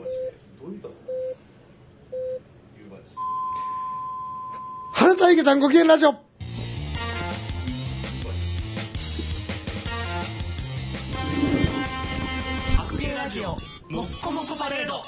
花ちゃん池ちゃんご機嫌ラジオ。 白芸ラジオもっこもこパレード。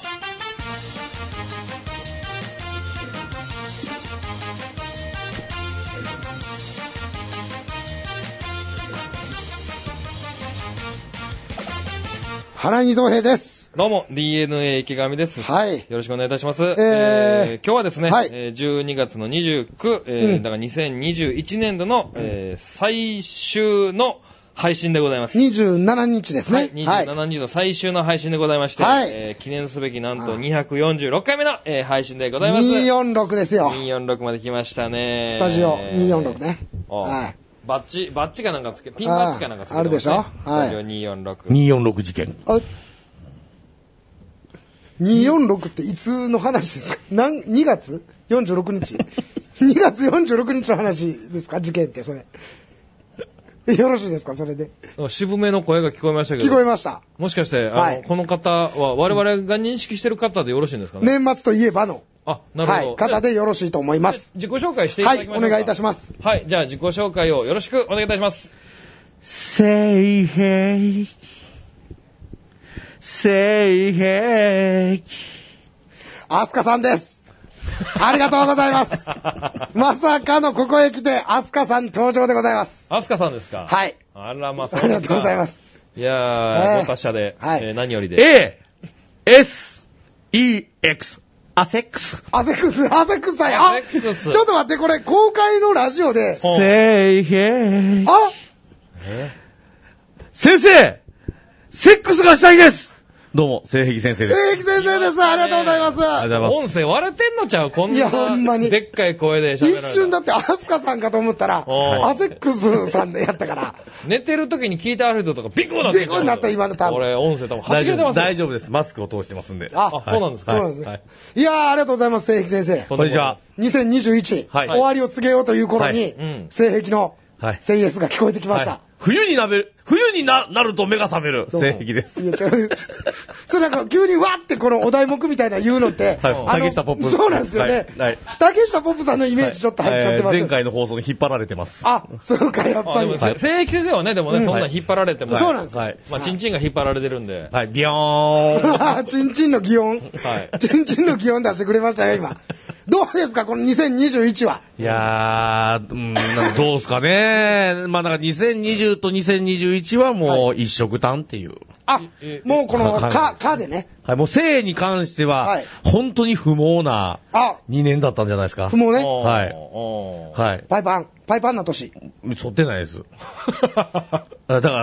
原井道平です。 どうも DNA 池上です。 はい。 よろしくお願いいたします。今日はですね、 はい、 12月の29、だから2021年度の、最終の配信でございます。 27日ですね。 はい、27日の最終の配信でございまして、はい、記念すべきなんと246回目の、配信でございます。 246ですよ。 246まで来ましたね。 スタジオ246ね。はい。 バッチかなんかつけ、ピンバッチかなんかつけてますね。 あるでしょ。はい。 スタジオ246。 246事件。 246っていつの話ですか？2月46日2月46日の話ですか？事件ってそれ。よろしいですかそれで。 渋めの声が聞こえましたけど。 聞こえました。 もしかして、この方は我々が認識してる方でよろしいんですかね？ 年末といえばの。 なるほど。 はい、方でよろしいと思います。 自己紹介していただきましょうか。 はい、お願いいたします。 はい、じゃあ自己紹介をよろしくお願いいたします。 Say hey。Say hey。 アスカさんです。ありがとうございます。まさかのここへ来て、アスカさん登場でございます。 アスカさんですか？ はい。 あら、まあ、そうですか。 ありがとうございます。 いやー、ご達者で、 はい、 何よりで。 A、S、E、X。アセックスさんや。 ちょっと待って、これ、公開のラジオで。 Say hey。先生セックスがしたいです。どうも、性癖先生です。 性癖先生です。ありがとうございます。 ありがとうございます。 音声割れてんのちゃう？こんな。 いや、ほんまに。 でっかい声で喋られた。 一瞬だってアスカさんかと思ったら、アセックスさんでやったから。 寝てる時に聞いてある人とかビクなってビクになった今の多分。 俺、音声多分はち切れてます。 大丈夫です。マスクを通してますんで。 そうなんですか。 そうなんですね。いやー、ありがとうございます、性癖先生。 こんにちは。 2021、終わりを告げようという頃に、性癖の、セイエスが聞こえてきました。 冬になると目が覚める性癖です。 それなんか急にわってこのお題目みたいな言うのって、 竹下ポップ。 そうなんですよね。竹下ポップさんのイメージちょっと入っちゃってます。 前回の放送に引っ張られてます。 そうか、やっぱり。 性癖先生はね、でもね、そんな引っ張られても。 そうなんです。 まあ、チンチンが引っ張られてるんで。 はい、ビヨーン。 チンチンの擬音。チンチンの擬音出してくれましたよ、今。どうですか、この2021は。 いやー、どうですかね。まあ、だから2020と2021はもう一色単っていう。 もうこの、かでね。 はい、もう性に関しては、本当に不毛な2年だったんじゃないですか。 不毛ね。 はい。 パイパンな年。 沿ってないです。だから、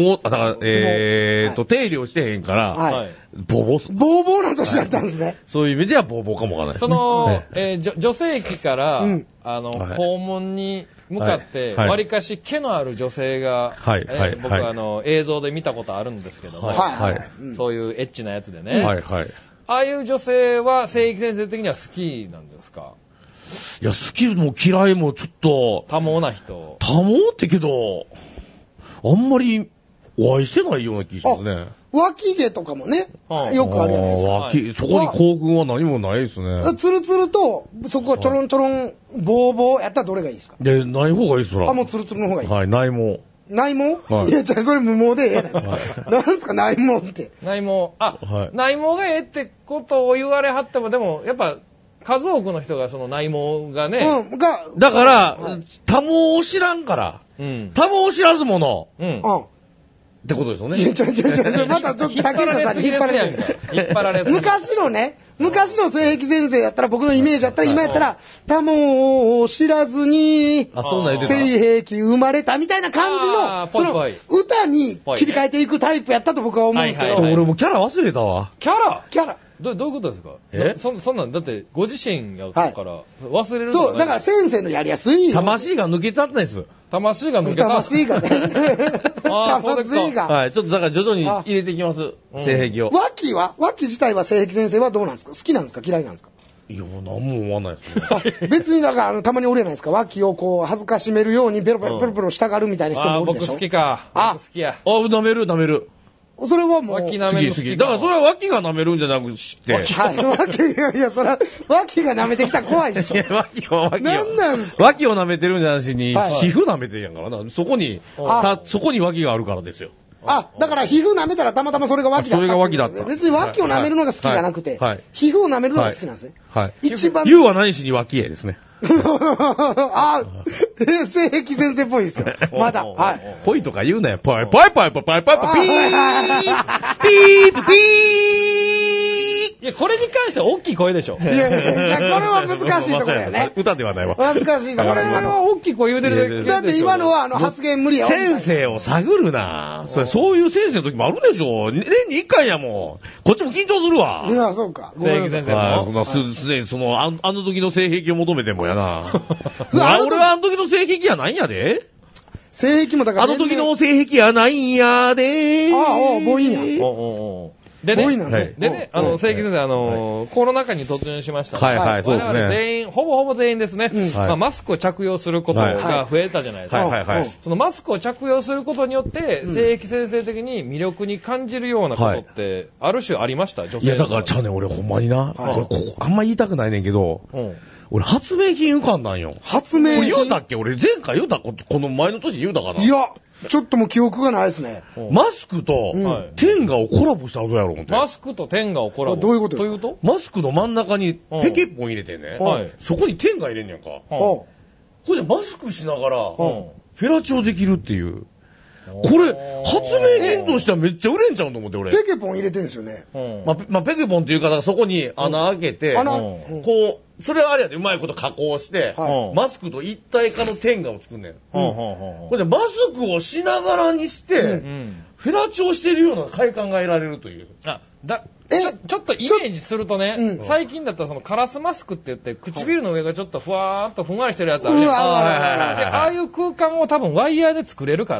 定量してへんから、ボーボーな年だったんですね。 そういう意味ではボーボーかもわからないですね。 女性器から、肛門に向かって、わりかし毛のある女性が、僕映像で見たことあるんですけども、そういうエッチなやつでね。ああいう女性は、性癖先生的には好きなんですか？ いや、好きも嫌いもちょっと。 多毛な人。 多毛ってけど、あんまりお会いしてないような気がしますね。 脇毛とかもね、よくあるじゃないですか。 そこに興奮は何もないですね。 ツルツルと、そこはちょろんちょろん、ボーボーやったらどれがいいですか？ で、ない方がいいですら。 もうツルツルの方がいい。 はい、内毛。 内毛？いや、じゃあそれ無毛でええやないですか。なんすか、内毛って。 内毛。内毛がええってことを言われはっても、でも、やっぱ、数多くの人がその内毛がね。 だから、多毛を知らんから。多毛を知らずもの。ってことですよね。 またちょっと竹下さんに引っ張られる。昔の性癖先生やったら、僕のイメージやったら、今やったら、多毛を知らずに、性癖生まれたみたいな感じの、その歌に切り替えていくタイプやったと僕は思うんですけど。 俺もキャラ忘れたわ。 キャラどういうことですか？そんなん、だってご自身やから忘れるのそう、だから先生のやりやすい。 魂が抜けたんです。 魂が抜けた。 魂がね。魂が。 はい、ちょっとだから徐々に入れていきます。性癖を。 脇自体は性癖先生はどうなんですか？好きなんですか？嫌いなんですか？ いや、何も思わないですね。別にだから、たまにおるじゃないですか。脇をこう、恥ずかしめるように、ペロペロペロペロしたがるみたいな人もおるでしょ。 僕好きか。好きや。 舐める。 それはもう。 脇舐めの好き。 だからそれは脇が舐めるんじゃなくして。 はい。いや、それは、脇が舐めてきたら怖いでしょ。いや、 脇何なんですか？ 脇を舐めてるんじゃなしに、皮膚舐めてるやんからな。そこに脇があるからですよ。 だから皮膚舐めたらたまたまそれが脇だった。 それが脇だった。 別に脇を舐めるのが好きじゃなくて、皮膚を舐めるのが好きなんですね。 はい。 一番。 言うは何しに脇へですね。 性癖先生っぽいですよ。まだ。はい。 ぽいとか言うなよ。ぽい、ピーいや、これに関しては大きい声でしょ。 いや、これは難しいところだよね。 歌ではないわ。 難しいところだよ。 これは大きい声言うてるだけ。 だって今のは発言無理やわ。 先生を探るな。そういう先生の時もあるでしょ。年に1回やもん。こっちも緊張するわ。 いや、そうか。 性癖先生も。 すでにあの時の性癖を求めてもやな。俺はあの時の性癖やないんやで。 性癖もだから。 あの時の性癖やないんやで。 母音や。 でね、正規先生、コロナ禍に突入しましたね。はい、そうですね。 我々全員、ほぼ全員ですね、マスクを着用することが増えたじゃないですか。そのマスクを着用することによって、正規先生的に魅力に感じるようなことって、ある種ありました？女性。 いや、だからちゃうねん、俺ほんまにな。あんま言いたくないねんけど、俺発明品浮かんだんよ。 発明品？ 言うたっけ？俺前回言うたこの前の年言うたかな？ いや、ちょっともう記憶がないですね。 マスクと天下をコラボしたらどうやろう思って。 マスクと天下をコラボ。 どういうことですか？ というと？ マスクの真ん中にペケッポン入れてね。そこに天下入れんねやんか。ほいじゃマスクしながらフェラチオできるっていう。これ、発明品としてはめっちゃ売れんちゃうと思って、俺。 ペケポン入れてるんですよね。 ペケポンっていうか、そこに穴開けて、こう、それはあれやで、うまいこと加工して、マスクと一体化の天下を作んねん。これでマスクをしながらにして、フェラチオしてるような快感が得られるという。 ちょっとイメージするとね、最近だったらそのカラスマスクって言って、唇の上がちょっとふわーっとふんわりしてるやつあるじゃん。ああいう空間を多分ワイヤーで作れるから、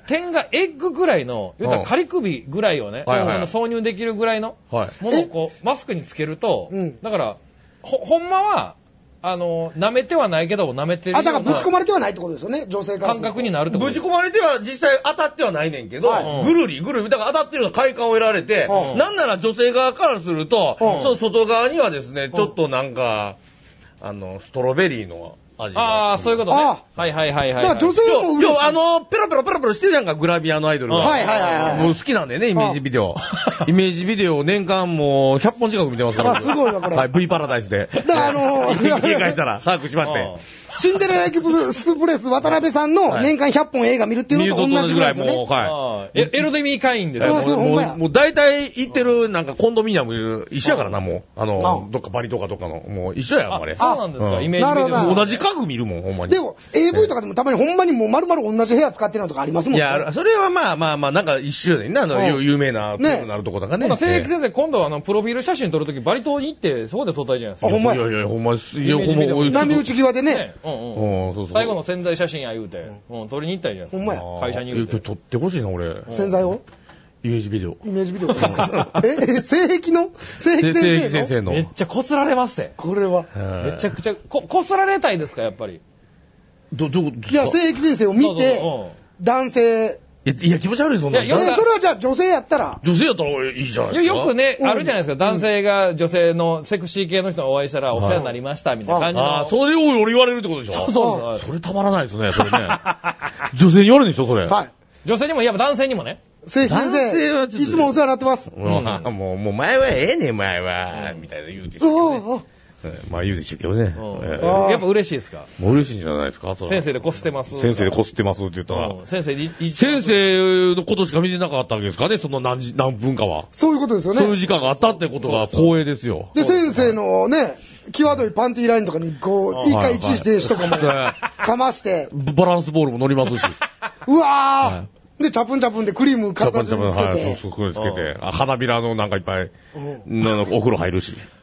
点がエッグぐらいの、言うたら仮首ぐらいをね、挿入できるぐらいのものをこう、マスクにつけると、だから、ほんまは、舐めてはないけど、舐めてるような。 だからぶち込まれてはないってことですよね、女性から。 感覚になるってこと。 ぶち込まれては実際当たってはないねんけど、ぐるり、だから当たってるような快感を得られて、なんなら女性側からすると、その外側にはですね、ちょっとなんか、ストロベリーの味が。 ああ、そういうことね。はい。だから女性も嬉しい。 ペロペロしてるやんか、グラビアのアイドルが。もう好きなんだよね、イメージビデオ。イメージビデオを年間もう100本近く見てますから。 すごいな、これ。 はい、V パラダイスで。 だから家帰ったら、把握しまって。 シンデレラエクスプレス渡辺さんの年間100本映画見るっていうのと同じぐらいですよね。 エルデミ会員ですよ。 もう大体行ってるなんかコンドミニアム一緒やからな、もう。どっかバリとかの。もう一緒やん、あれ。 そうなんですか、イメージビデオ。 同じ家具見るもん、ほんまに。 でも、AV とかでもたまにほんまにもう丸々同じ部屋使ってるのとかありますもんね。 いや、それはまあ、なんか一緒やねんな、有名な、なるとこだからね。 正規先生、今度はプロフィール写真撮るときバリ島に行って、そこで撮ったいじゃないですか。 ほんまや。いや、ほんま波打ち際でね。 最後の宣材写真や言うて、撮りに行ったらいいじゃないですか。 ほんまや。 会社に言うて。 撮ってほしいな、俺。 宣材をイメージビデオ。 イメージビデオですか？性癖先生のめっちゃこすられますぜ。 これは。 めちゃくちゃ、こすられたいですか、やっぱり。 いや、性癖先生を見て、男性、 いや、気持ち悪い、そんな。 それはじゃあ女性やったらいいじゃないですか。 よくね、あるじゃないですか。男性が女性のセクシー系の人にお会いしたらお世話になりました、みたいな感じの。 それを俺言われるってことでしょ？ そう。 それたまらないですね、それね。女性に言われるんでしょ、それ。 はい。 女性にも、いや、男性にもね。 性癖先生、いつもお世話になってます。 もう前はええねん、前は。みたいな言うでしょ。まあ言うでしょうけどね。 やっぱ嬉しいですか？ もう嬉しいんじゃないですか？ 先生でこすってます。 先生でこすってますって言ったら。 先生のことしか見てなかったわけですかね、その何分かは。 そういうことですよね。 そういう時間があったってことが光栄ですよ。 で、先生のね、際どいパンティーラインとかに、こう、一回一時停止とかもかまして。 バランスボールも乗りますし。 うわーで、チャプンチャプンでクリーム形につけて。 そう、つけて。花びらのなんかいっぱい、お風呂入るし。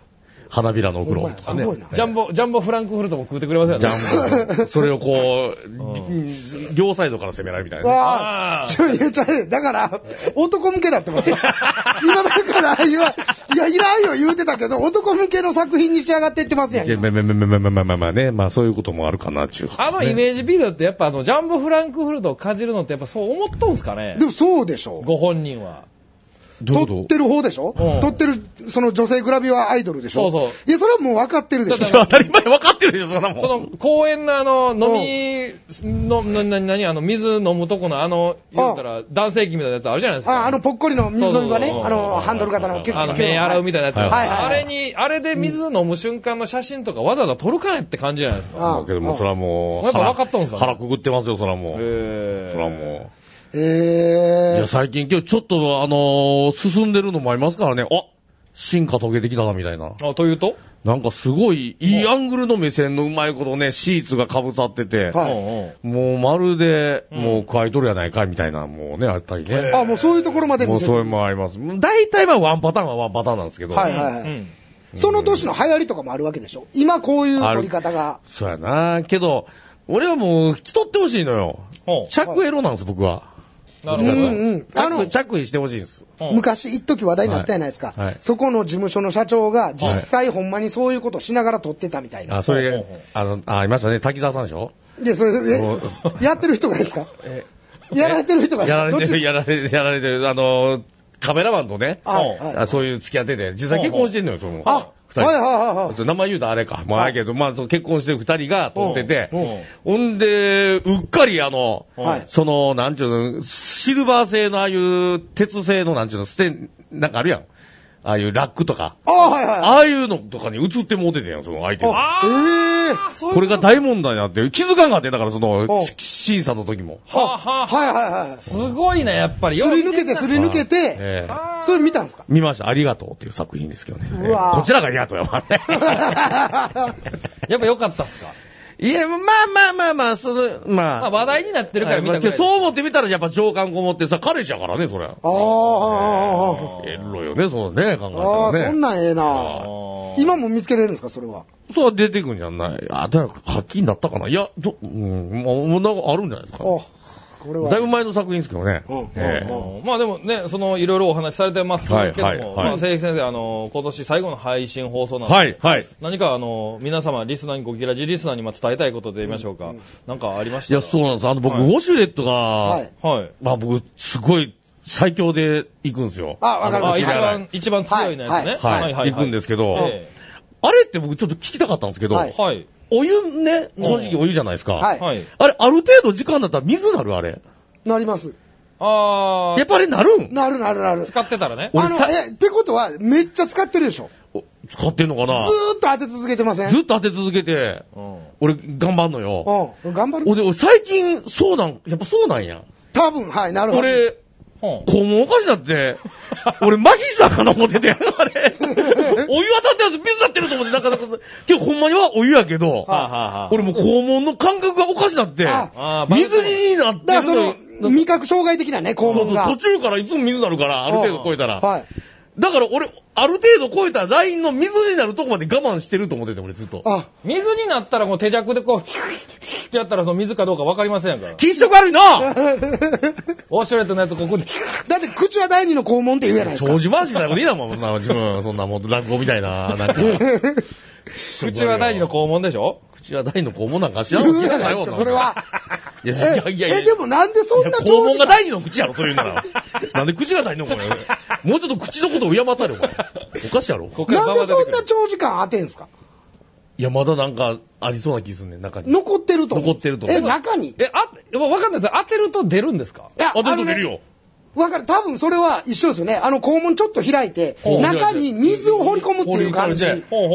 花びらのお風呂とかね。 ジャンボフランクフルトも食うてくれますよね。 ジャンボ。それをこう、両サイドから攻められるみたいな。 だから、男向けだってますよ。今だから、いや、いらんよ言うてたけど、男向けの作品に仕上がっていってますやん。 まあね、まあそういうこともあるかな、ちゅう。 イメージビデオってやっぱジャンボフランクフルトをかじるのってやっぱそう思っとんすかね。 でもそうでしょ。 ご本人は。 撮ってる方でしょ、撮ってる、その女性グラビアアイドルでしょ。そう。いや、それはもう分かってるでしょ。 当たり前分かってるでしょ、そんなもん。 その、公園の飲み、水飲むとこの言うたら、男性器みたいなやつあるじゃないですか。 ぽっこりの水飲み場ね。ハンドル型の目洗うみたいなやつ。あれで水飲む瞬間の写真とかわざわざ撮るかねって感じじゃないですか。 だけども、それはもう、 やっぱ分かったんですか腹くぐってますよ、それはもう。それはもう。いや、最近今日ちょっと進んでるのもありますからね。進化遂げてきたな、みたいな。 というとなんかすごい、いいアングルの目線のうまいことね、シーツが被さってて、もうまるで、もう食わいとるやないかい、みたいな、もうね、あったりね。 もうそういうところまで見せる。もうそれもあります。大体ワンパターンはワンパターンなんですけど。 その年の流行りとかもあるわけでしょ。今こういう撮り方が。 そうやな。けど、俺はもう、着とってほしいのよ。着エロなんです、僕は。 なるほど。 着衣してほしいんです。 昔、一時話題になったじゃないですか。そこの事務所の社長が、実際ほんまにそういうことしながら撮ってたみたいな。 それ、ありましたね。滝沢さんでしょ？ で、それ、やってる人がですか？やられてる人がですか？ やられてる。カメラマンとね、そういう付き合ってて、実際結婚してんのよ、その。名前言うとあれか。もうあれけど、まあ、結婚してる二人が撮ってて、ほんで、うっかりその、なんちゅうの、シルバー製のああいう鉄製のなんちゅうの、なんかあるやん。ああいうラックとか。ああいうのとかに映ってもうててんやん、その相手が。これが大問題になって、気づかんがって、だからその、審査の時も。 すごいね、やっぱり。 すり抜けて、それ見たんですか？ 見ました。ありがとうっていう作品ですけどね。こちらがありがとうやわね。 やっぱ良かったっすか？ いや、まあ、 話題になってるから見たくない。 そう思ってみたらやっぱ情感こもってさ、彼氏やからね、それ。エロよね、そうね、考えたらね。 そんなんええな今も見つけれるんですか、それは。 そう、出てくんじゃない。だから、はっきりなったかな。いや、もうなんかあるんじゃないですか。だいぶ前の作品ですけどね。 まあでもね、いろいろお話しされてますけども、まあ、せいき先生、今年最後の配信放送なんで、何か皆様、リスナーにゴキラジリスナーに伝えたいことで言いましょうか。なんかありましたか？ いや、そうなんです。僕、ウォシュレットが、まあ僕、すごい最強で行くんですよ。 わかりました。 一番強いのやつね。 行くんですけど、あれって僕ちょっと聞きたかったんですけど、お湯ね、この時期お湯じゃないですか。あれ、ある程度時間だったら水なるあれ。 なります。 やっぱりなるん？ なる。 使ってたらね。 ってことは、めっちゃ使ってるでしょ。 使ってんのかな？ ずーっと当て続けてません？ ずっと当て続けて、俺頑張んのよ。 頑張る？ 俺最近、やっぱそうなんや。 多分、なるほど。 俺、肛門おかしなって、俺麻痺したかな思ってて、あれ。お湯当たったやつ水なってると思って、今日ほんまにはお湯やけど、俺もう肛門の感覚がおかしなって、水になってるの。 だからその、味覚障害的なね、肛門が。 途中からいつも水なるから、ある程度超えたら。だから俺、ある程度超えたラインの水になるとこまで我慢してると思ってて、俺ずっと。 水になったらもう手弱でこう、ってやったらその水かどうか分かりませんから。 気色悪いなウォシュレットのやつここで。 だって口は第二の肛門って言うやないですか。 長寿回しみたいなこといいなもん、自分、そんなもん、落語みたいな、なんか。 口は第二の肛門でしょ？ 口は第二の肛門なんか知らんわけないよ、それは。 いや、 でもなんでそんな肛門が第二の口やろ、そういうなら。なんで口が第二の肛門やろ。もうちょっと口のことを敬ったれ、お前。おかしいやろ。 なんでそんな長時間当てんすか？ いや、まだなんか、ありそうな気すんねん、中に。 残ってると。中に？ わかんないです。当てると出るんですか？ 当てると出るよ。 わかる。多分それは一緒ですよね。肛門ちょっと開いて、中に水を放り込むっていう感じ。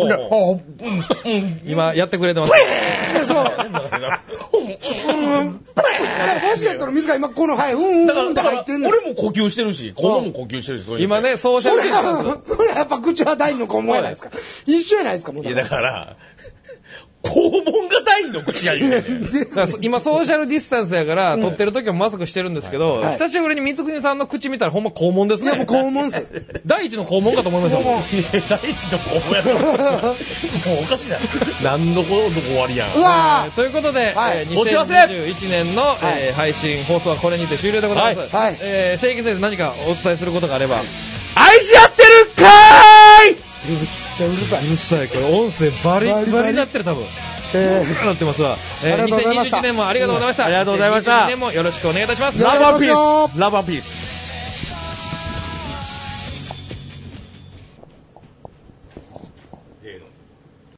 今やってくれてます。 そう。ウォシュレットの水が今この、って入ってんの。 俺も呼吸してるし、肛門も呼吸してるし、 今ね、ソーシャルディスタンス。 これやっぱ口は第二の肛門やないですか。一緒やないですか、もう。 いや、だから、 肛門が大の口が言うね。 今ソーシャルディスタンスやから、撮ってる時はマスクしてるんですけど、久しぶりに光国さんの口見たらほんま肛門ですね。 いやもう肛門っす。 第一の肛門かと思いましたもん。 第一の肛門やろ。もうおかしいやん。何のこと終わりやん。 うわということで、2021年の配信放送はこれにて終了でございます。正規先生何かお伝えすることがあれば。 愛し合ってるかーい。 めっちゃうるさい。 うるさい。これ音声バリバリになってる多分。なってますわ。2021年もありがとうございました。 ありがとうございました。 2022年もよろしくお願いいたします。 ラブアンピース。ラブアンピース。